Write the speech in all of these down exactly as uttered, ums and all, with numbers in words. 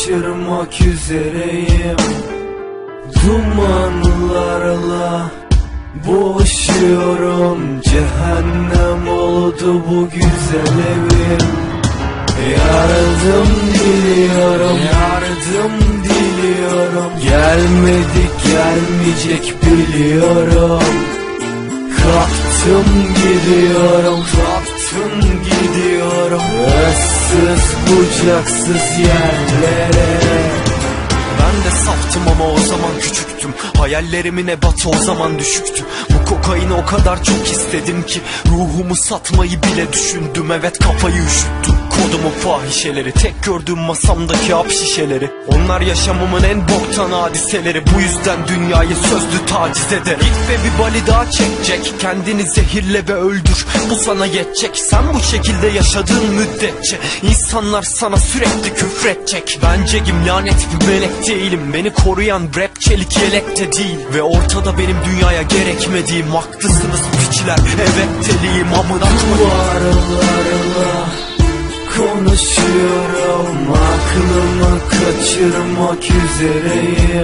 kaçırmak üzereyim. Dumanlarla boğuşuyorum, cehennem oldu bu güzel evim. Yardım diliyorum, yardım diliyorum. Gelmedik gelmeyecek biliyorum. Kalktım gidiyorum, kalktım gidiyorum ıssız bucaksız yerlere. Ben de saftım ama o zaman küçüktüm. Hayallerimin ebatı o zaman düşüktü. Bu kokaini o kadar çok istedim ki ruhumu satmayı bile düşündüm. Evet, kafayı üşüttüm. Kodumun fahişeleri, tek gördüğüm masamdaki hap şişeleri. Onlar yaşamımın en boktan hadiseleri. Bu yüzden dünyayı sözlü taciz eder. Git ve bir bali daha çekecek, kendini zehirle ve öldür, bu sana yetecek. Sen bu şekilde yaşadığın müddetçe insanlar sana sürekli küfredecek. Bencegim, lanet bir melek değilim. Beni koruyan rap çelik yelek de değil. Ve ortada benim dünyaya gerekmediğim. Haklısınız piçler, evet deliyim, amına koyayım. Konuşuyorum, aklımı kaçırmak üzereyim.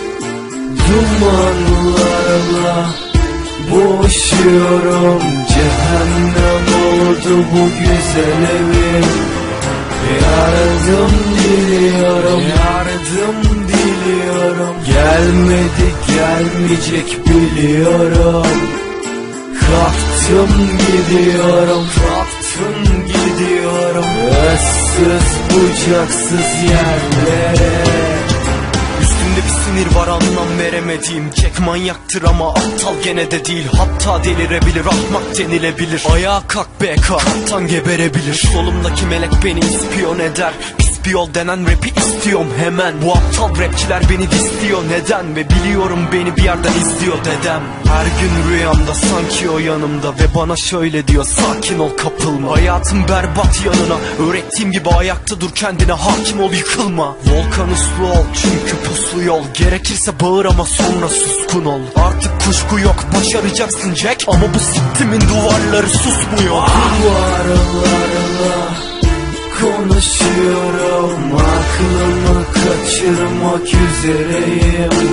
Dumanlarla boğuşuyorum, cehennem oldu bu güzel evim. Yardım diliyorum, yardım diliyorum. Gelmedik gelmeyecek biliyorum. Kalktım gidiyorum, kalktım gidiyorum ıssız bucaksız yerlere. Üstümde bir sinir var anlam veremediğim. Jack manyaktır ama aptal gene de değil. Hatta delirebilir, ahmak denilebilir. Ayağa kalk be K, kaptan geberebilir. Solumdaki melek beni ispiyon eder. Bir yol denen rapi istiyorum hemen. Bu aptal rapçiler beni disliyor, neden? Ve biliyorum beni bir yerden izliyor dedem. Her gün rüyamda sanki o yanımda ve bana şöyle diyor: sakin ol, kapılma. Hayatım berbat yanına, öğrettiğim gibi ayakta dur, kendine hakim ol, yıkılma. Volkan uslu ol çünkü puslu yol. Gerekirse bağır ama sonra suskun ol. Artık kuşku yok, başaracaksın Jack, ama bu siktimin duvarları susmuyor. Duvarlarla konuşuyorum, aklımı kaçırmak üzereyim.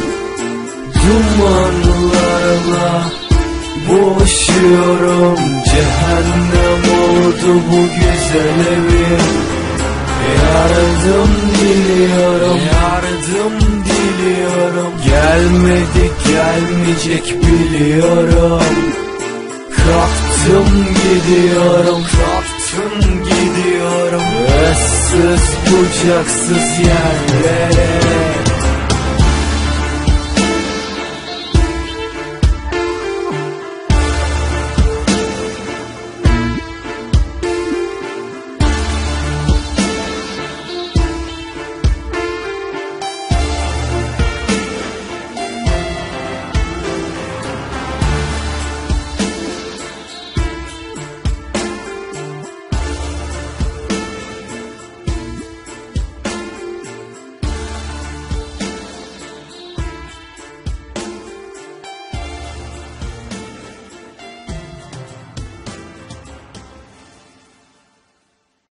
Dumanlarla boğuşuyorum, cehennem oldu bu güzel evim. Yardım diliyorum, yardım diliyorum. Gelmedik gelmeyecek biliyorum. Kalktım gidiyorum, kalktım gidiyorum ıssız bucaksız yerlere.